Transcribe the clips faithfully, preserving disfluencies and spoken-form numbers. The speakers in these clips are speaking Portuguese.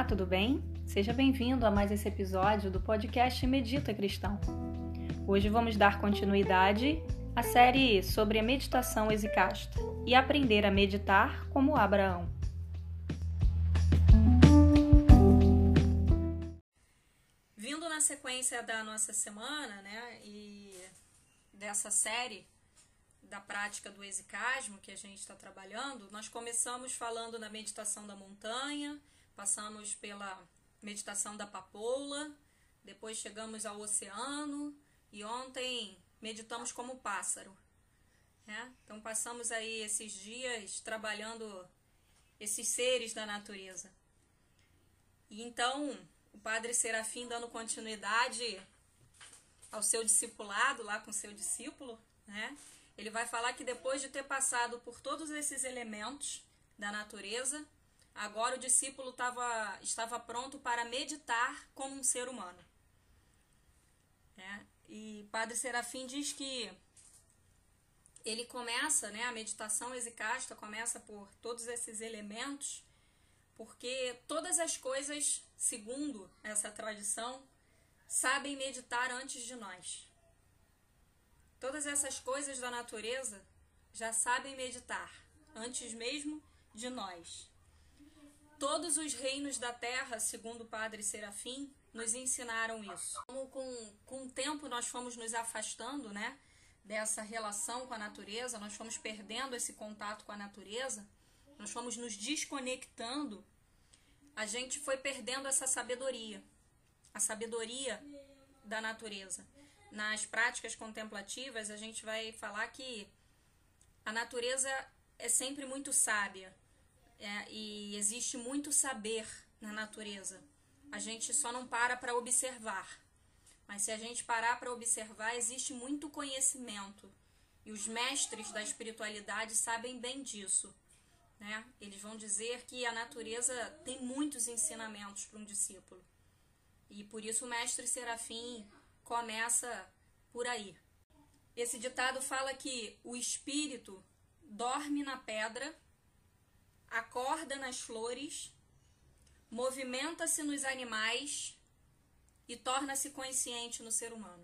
Olá, tudo bem? Seja bem-vindo a mais esse episódio do podcast Medita Cristão. Hoje vamos dar continuidade à série sobre a meditação exicasta e aprender a meditar como Abraão. Vindo na sequência da nossa semana, né, e dessa série da prática do exicasmo que a gente está trabalhando, nós começamos falando na meditação da montanha, passamos pela meditação da papoula, depois chegamos ao oceano e ontem meditamos como pássaro. Né? Então passamos aí esses dias trabalhando esses seres da natureza. E então o Padre Serafim, dando continuidade ao seu discipulado lá com seu discípulo, né? Ele vai falar que depois de ter passado por todos esses elementos da natureza, agora o discípulo tava, estava pronto para meditar como um ser humano. É, e Padre Serafim diz que ele começa, né, a meditação exicasta começa por todos esses elementos, porque todas as coisas, segundo essa tradição, sabem meditar antes de nós. Todas essas coisas da natureza já sabem meditar, antes mesmo de nós. Todos os reinos da terra, segundo o Padre Serafim, nos ensinaram isso. Como com, com o tempo nós fomos nos afastando, né, dessa relação com a natureza, nós fomos perdendo esse contato com a natureza, nós fomos nos desconectando, a gente foi perdendo essa sabedoria, a sabedoria da natureza. Nas práticas contemplativas, a gente vai falar que a natureza é sempre muito sábia, é, e existe muito saber na natureza. A gente só não para para observar, mas se a gente parar para observar, existe muito conhecimento. E os mestres da espiritualidade sabem bem disso, né? Eles vão dizer que a natureza tem muitos ensinamentos para um discípulo. E por isso o mestre Serafim começa por aí. Esse ditado fala que o espírito dorme na pedra, acorda nas flores, movimenta-se nos animais e torna-se consciente no ser humano.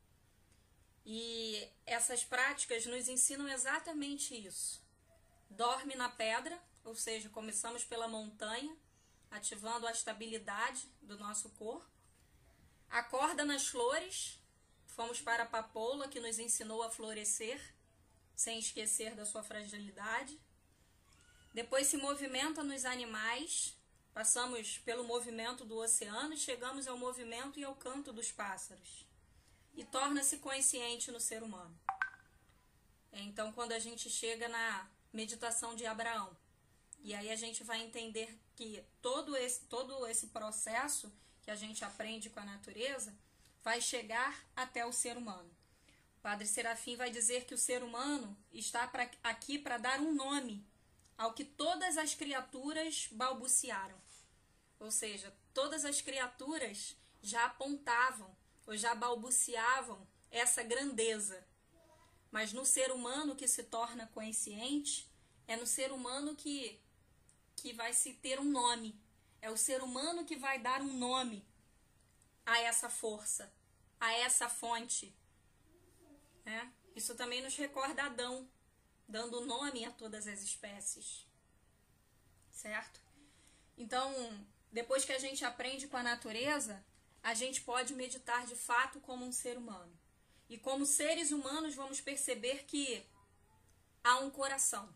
E essas práticas nos ensinam exatamente isso. Dorme na pedra, ou seja, começamos pela montanha, ativando a estabilidade do nosso corpo. Acorda nas flores, fomos para a papoula, que nos ensinou a florescer, sem esquecer da sua fragilidade. Depois se movimenta nos animais, passamos pelo movimento do oceano e chegamos ao movimento e ao canto dos pássaros. E torna-se consciente no ser humano. Então, quando a gente chega na meditação de Abraão, e aí a gente vai entender que todo esse, todo esse processo que a gente aprende com a natureza, vai chegar até o ser humano. O Padre Serafim vai dizer que o ser humano está pra, aqui para dar um nome ao que todas as criaturas balbuciaram. Ou seja, todas as criaturas já apontavam ou já balbuciavam essa grandeza. Mas no ser humano que se torna consciente, é no ser humano que, que vai se ter um nome. É o ser humano que vai dar um nome a essa força, a essa fonte. É? Isso também nos recorda Adão, dando nome a todas as espécies. Certo? Então, depois que a gente aprende com a natureza, a gente pode meditar de fato como um ser humano. E como seres humanos vamos perceber que há um coração.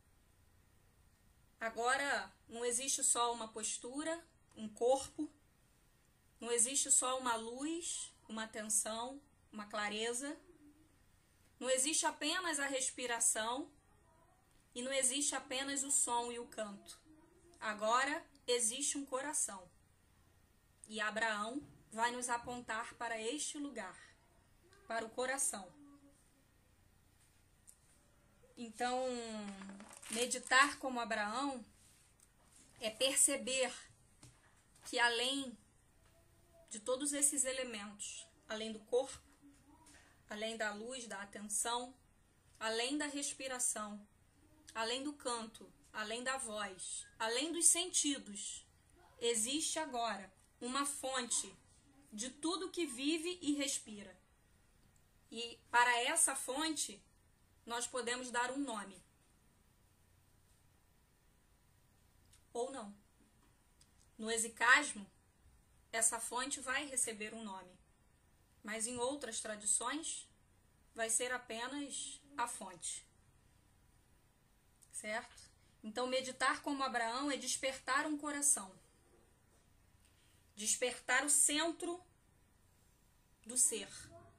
Agora, não existe só uma postura, um corpo, não existe só uma luz, uma atenção, uma clareza, não existe apenas a respiração e não existe apenas o som e o canto. Agora existe um coração. E Abraão vai nos apontar para este lugar, para o coração. Então, meditar como Abraão é perceber que além de todos esses elementos, além do corpo, além da luz, da atenção, além da respiração, além do canto, além da voz, além dos sentidos, existe agora uma fonte de tudo que vive e respira. E para essa fonte, nós podemos dar um nome. Ou não. No exicasmo, essa fonte vai receber um nome. Mas em outras tradições, vai ser apenas a fonte. Certo? Então, meditar como Abraão é despertar um coração. Despertar o centro do ser.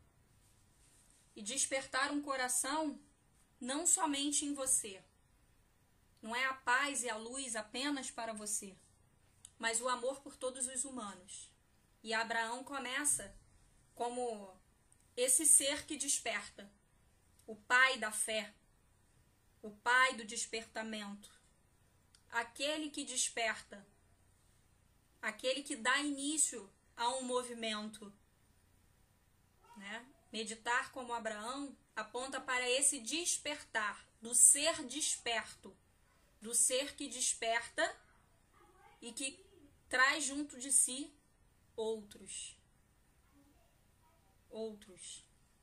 E despertar um coração não somente em você. Não é a paz e a luz apenas para você, mas o amor por todos os humanos. E Abraão começa como esse ser que desperta, o pai da fé, o pai do despertamento, aquele que desperta, aquele que dá início a um movimento, né? Meditar como Abraão aponta para esse despertar, do ser desperto, do ser que desperta e que traz junto de si outros. Outros.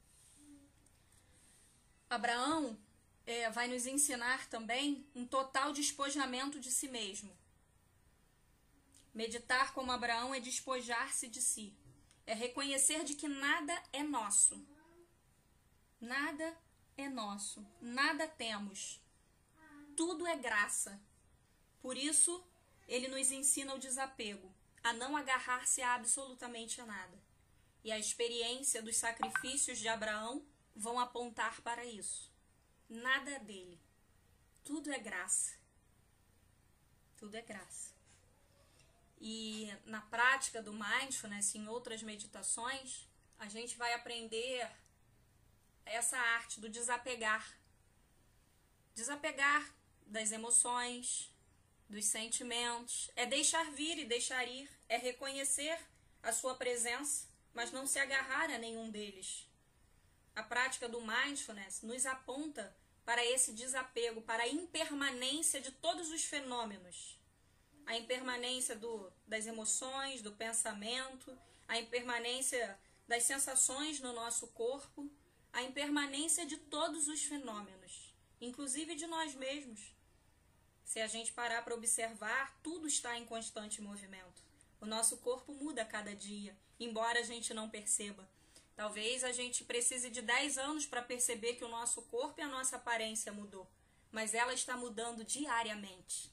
Abraão é, vai nos ensinar também um total despojamento de si mesmo. Meditar como Abraão é despojar-se de si. É reconhecer de que nada é nosso. Nada é nosso. Nada temos. Tudo é graça. Por isso, ele nos ensina o desapego, a não agarrar-se a absolutamente a nada. E a experiência dos sacrifícios de Abraão vão apontar para isso. Nada é dele. Tudo é graça. Tudo é graça. E na prática do mindfulness, em outras meditações, a gente vai aprender essa arte do desapegar. Desapegar das emoções, dos sentimentos. É deixar vir e deixar ir. É reconhecer a sua presença, mas não se agarrar a nenhum deles. A prática do mindfulness nos aponta para esse desapego, para a impermanência de todos os fenômenos. A impermanência do, das emoções, do pensamento, a impermanência das sensações no nosso corpo, a impermanência de todos os fenômenos, inclusive de nós mesmos. Se a gente parar para observar, tudo está em constante movimento. O nosso corpo muda a cada dia, embora a gente não perceba. Talvez a gente precise de dez anos para perceber que o nosso corpo e a nossa aparência mudou, mas ela está mudando diariamente.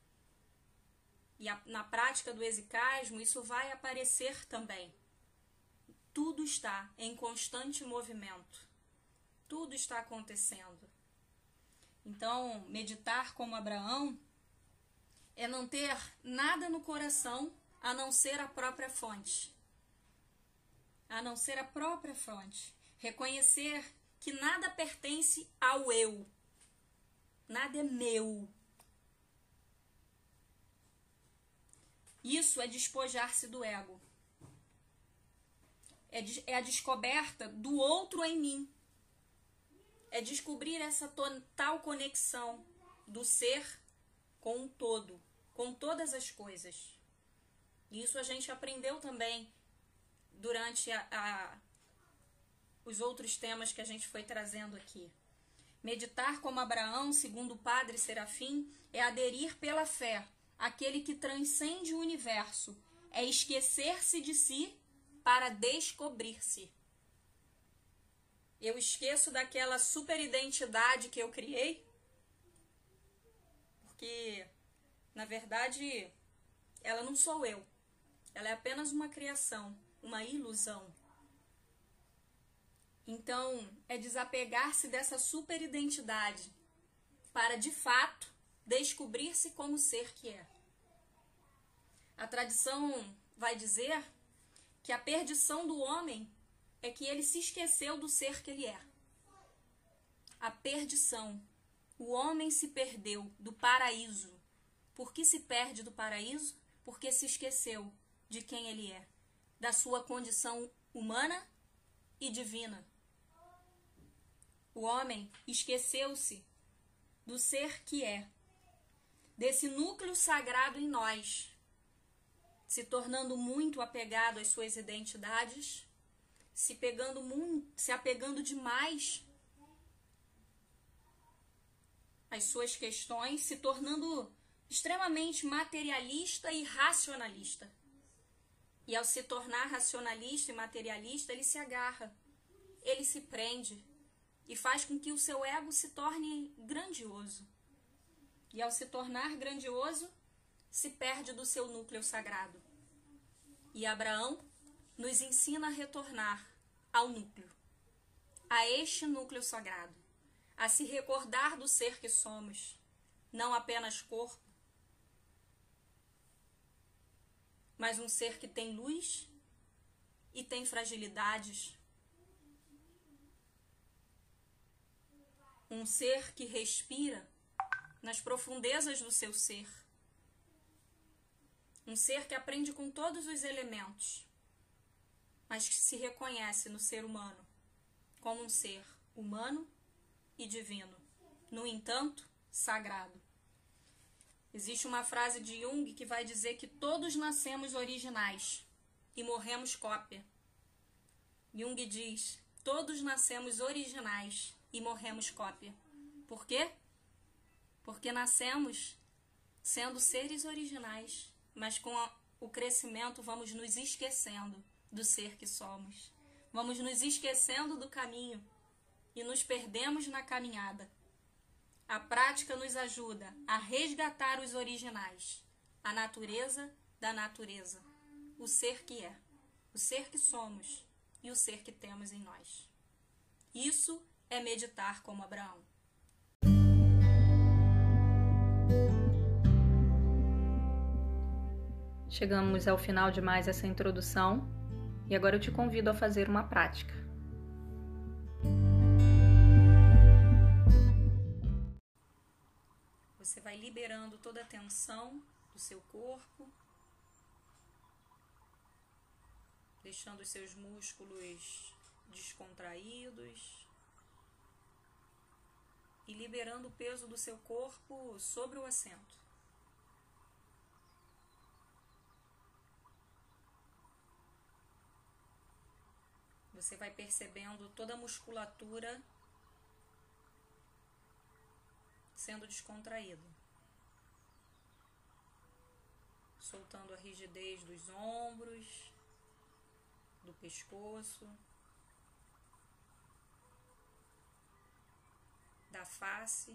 E a, na prática do exicasmo, isso vai aparecer também. Tudo está em constante movimento. Tudo está acontecendo. Então, meditar como Abraão é não ter nada no coração a não ser a própria fonte. A não ser a própria fonte. Reconhecer que nada pertence ao eu. Nada é meu. Isso é despojar-se do ego. É, de, é a descoberta do outro em mim. É descobrir essa total conexão do ser com o todo, com todas as coisas. Isso a gente aprendeu também durante a, a, os outros temas que a gente foi trazendo aqui. Meditar como Abraão, segundo o padre Serafim, é aderir pela fé àquele que transcende o universo, é esquecer-se de si para descobrir-se. Eu esqueço daquela superidentidade que eu criei, porque, na verdade, ela não sou eu. Ela é apenas uma criação, uma ilusão. Então, é desapegar-se dessa superidentidade para, de fato, descobrir-se como ser que é. A tradição vai dizer que a perdição do homem é que ele se esqueceu do ser que ele é. A perdição. O homem se perdeu do paraíso. Por que se perde do paraíso? Porque se esqueceu de quem ele é, da sua condição humana e divina. O homem esqueceu-se do ser que é, desse núcleo sagrado em nós, se tornando muito apegado às suas identidades, se pegando muito, se apegando demais às suas questões, se tornando extremamente materialista e racionalista. E ao se tornar racionalista e materialista, ele se agarra, ele se prende e faz com que o seu ego se torne grandioso. E ao se tornar grandioso, se perde do seu núcleo sagrado. E Abraão nos ensina a retornar ao núcleo, a este núcleo sagrado, a se recordar do ser que somos, não apenas corpo, mas um ser que tem luz e tem fragilidades. Um ser que respira nas profundezas do seu ser. Um ser que aprende com todos os elementos, mas que se reconhece no ser humano como um ser humano e divino, no entanto, sagrado. Existe uma frase de Jung que vai dizer que todos nascemos originais e morremos cópia. Jung diz, todos nascemos originais e morremos cópia. Por quê? Porque nascemos sendo seres originais, mas com a, o crescimento vamos nos esquecendo do ser que somos. Vamos nos esquecendo do caminho e nos perdemos na caminhada. A prática nos ajuda a resgatar os originais, a natureza da natureza, o ser que é, o ser que somos e o ser que temos em nós. Isso é meditar como Abraão. Chegamos ao final de mais essa introdução e agora eu te convido a fazer uma prática. Você vai liberando toda a tensão do seu corpo, deixando os seus músculos descontraídos e liberando o peso do seu corpo sobre o assento. Você vai percebendo toda a musculatura sendo descontraído, soltando a rigidez dos ombros, do pescoço, da face,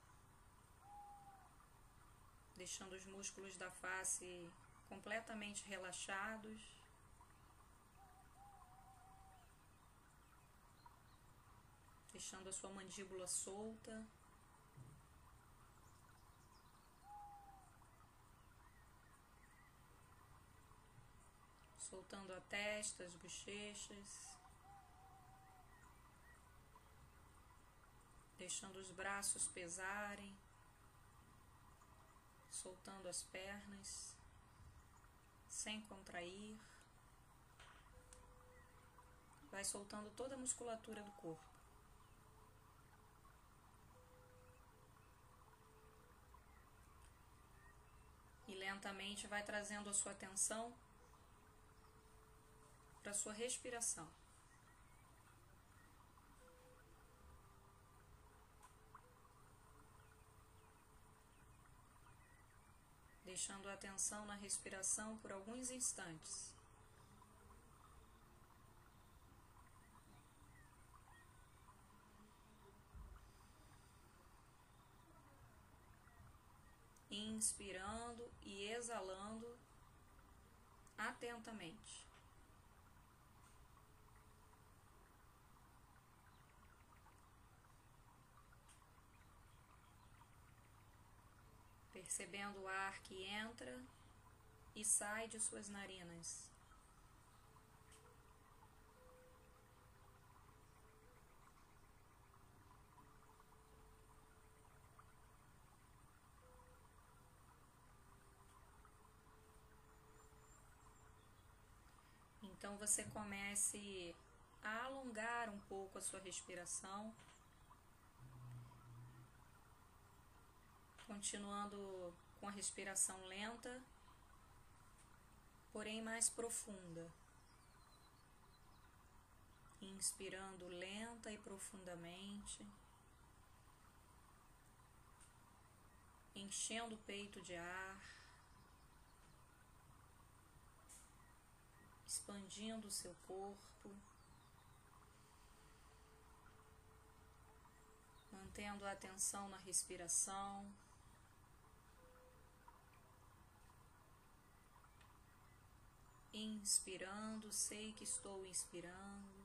deixando os músculos da face completamente relaxados, deixando a sua mandíbula solta. Soltando a testa, as bochechas, deixando os braços pesarem, soltando as pernas, sem contrair. Vai soltando toda a musculatura do corpo. E lentamente vai trazendo a sua atenção para a sua respiração. Deixando a atenção na respiração por alguns instantes. Inspirando e exalando atentamente. Percebendo o ar que entra e sai de suas narinas. Então você comece a alongar um pouco a sua respiração, continuando com a respiração lenta porém mais profunda. Inspirando lenta e profundamente, enchendo o peito de ar, expandindo o seu corpo, mantendo a atenção na respiração. Inspirando, sei que estou inspirando.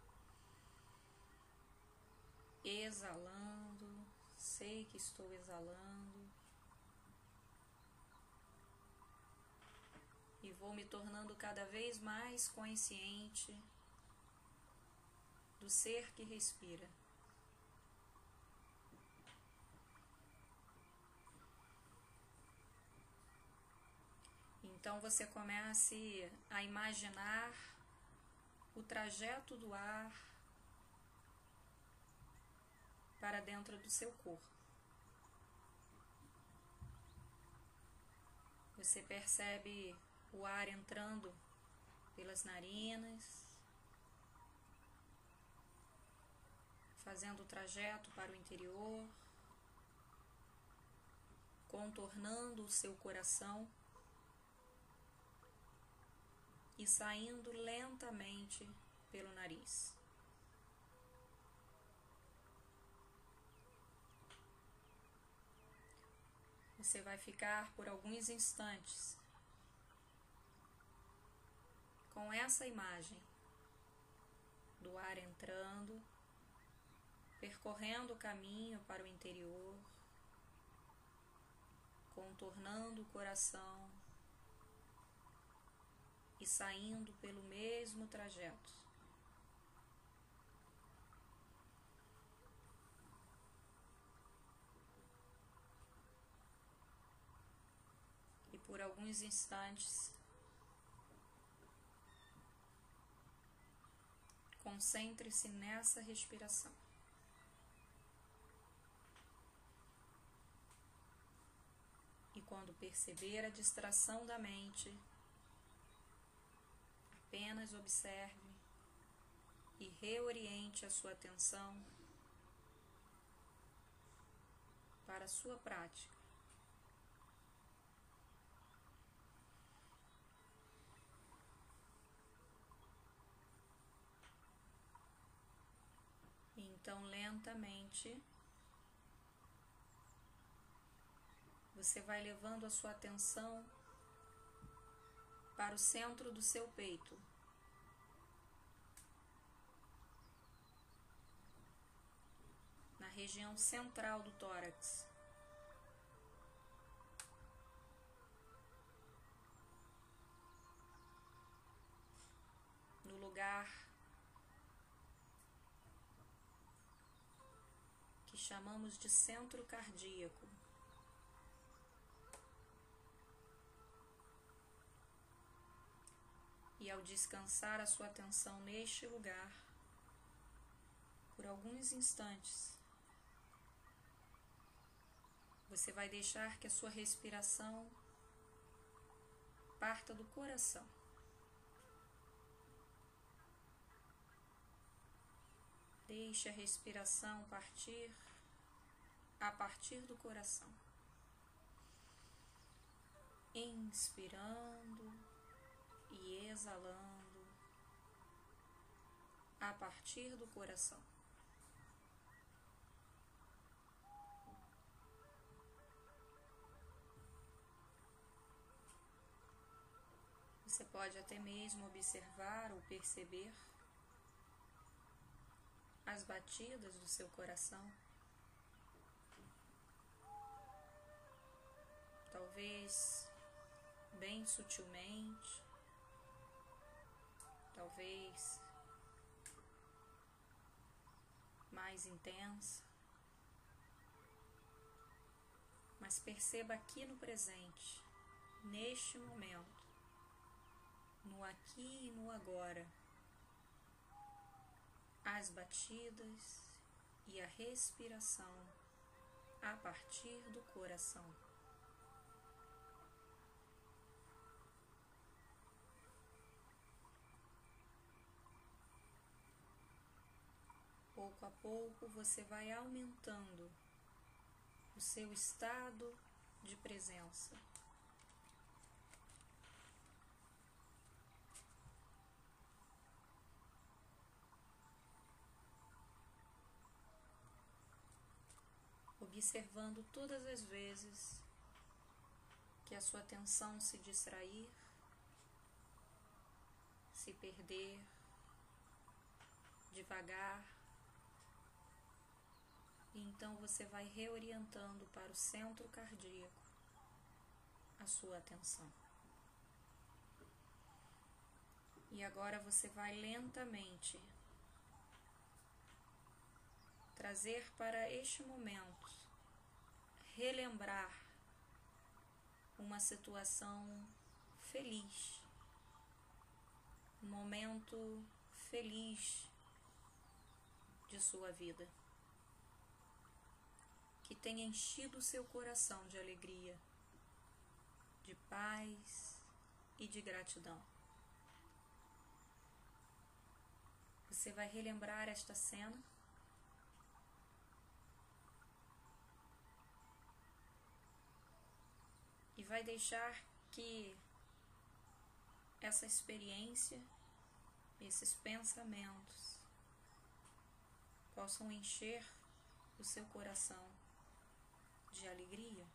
Exalando, sei que estou exalando. E vou me tornando cada vez mais consciente do ser que respira. Então você comece a imaginar o trajeto do ar para dentro do seu corpo. Você percebe o ar entrando pelas narinas, fazendo o trajeto para o interior, contornando o seu coração e saindo lentamente pelo nariz. Você vai ficar por alguns instantes com essa imagem do ar entrando, percorrendo o caminho para o interior, contornando o coração e saindo pelo mesmo trajeto. E por alguns instantes, concentre-se nessa respiração. E quando perceber a distração da mente, apenas observe e reoriente a sua atenção para a sua prática. Então, lentamente, você vai levando a sua atenção para o centro do seu peito. Na região central do tórax. No lugar que chamamos de centro cardíaco. E ao descansar a sua atenção neste lugar, por alguns instantes, você vai deixar que a sua respiração parta do coração. Deixe a respiração partir a partir do coração. Inspirando e exalando a partir do coração. Você pode até mesmo observar ou perceber as batidas do seu coração. Talvez bem sutilmente, talvez mais intensa, mas perceba aqui no presente, neste momento, no aqui e no agora, as batidas e a respiração a partir do coração. a pouco você vai aumentando o seu estado de presença. Observando todas as vezes que a sua atenção se distrair, se perder, devagar, e então você vai reorientando para o centro cardíaco a sua atenção. E agora você vai lentamente trazer para este momento, relembrar uma situação feliz, um momento feliz de sua vida, que tenha enchido o seu coração de alegria, de paz e de gratidão. Você vai relembrar esta cena e vai deixar que essa experiência, esses pensamentos possam encher o seu coração de alegria.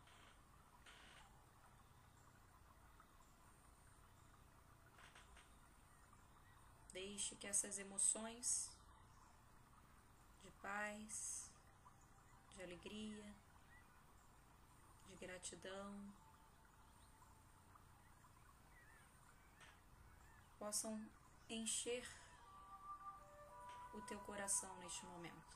Deixe que essas emoções de paz, de alegria, de gratidão possam encher o teu coração neste momento.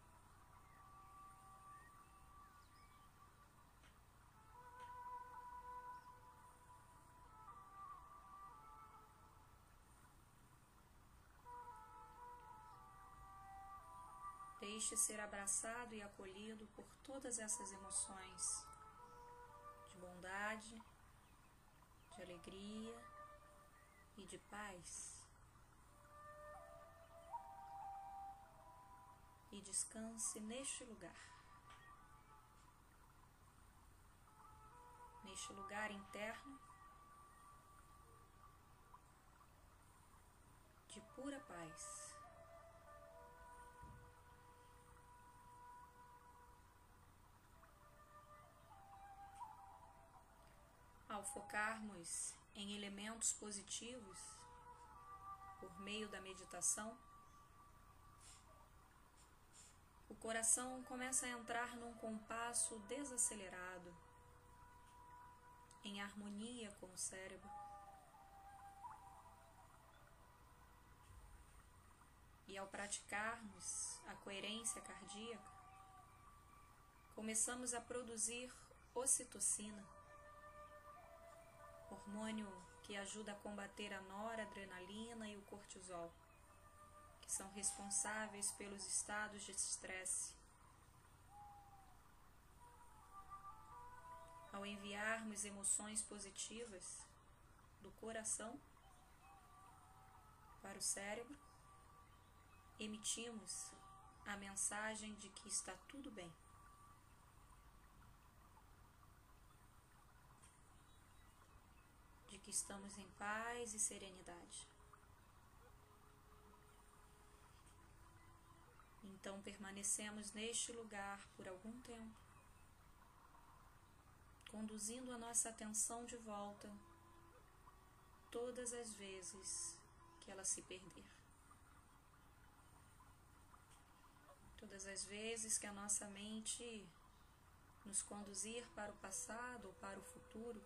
Deixe ser abraçado e acolhido por todas essas emoções de bondade, de alegria e de paz. E descanse neste lugar, neste lugar interno de pura paz. Ao focarmos em elementos positivos por meio da meditação, o coração começa a entrar num compasso desacelerado, em harmonia com o cérebro. E ao praticarmos a coerência cardíaca, começamos a produzir ocitocina, hormônio que ajuda a combater a noradrenalina e o cortisol, que são responsáveis pelos estados de estresse. Ao enviarmos emoções positivas do coração para o cérebro, emitimos a mensagem de que está tudo bem. De que estamos em paz e serenidade. Então permanecemos neste lugar por algum tempo, conduzindo a nossa atenção de volta todas as vezes que ela se perder. Todas as vezes que a nossa mente nos conduzir para o passado ou para o futuro,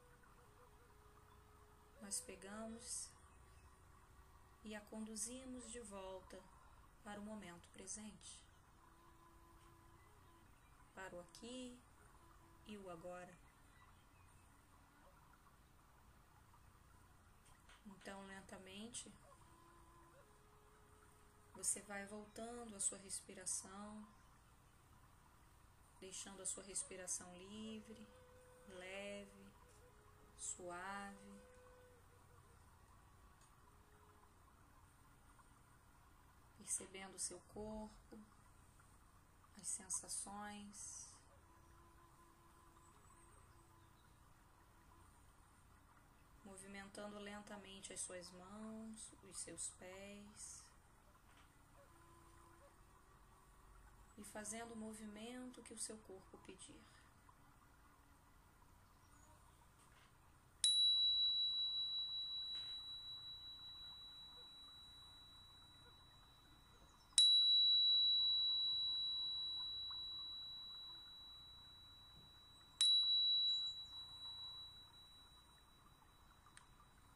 nós pegamos e a conduzimos de volta para o momento presente, para o aqui e o agora. Então, lentamente, você vai voltando a sua respiração, deixando a sua respiração livre, leve, suave. percebendo o seu corpo, as sensações. Movimentando lentamente as suas mãos, os seus pés. E fazendo o movimento que o seu corpo pedir.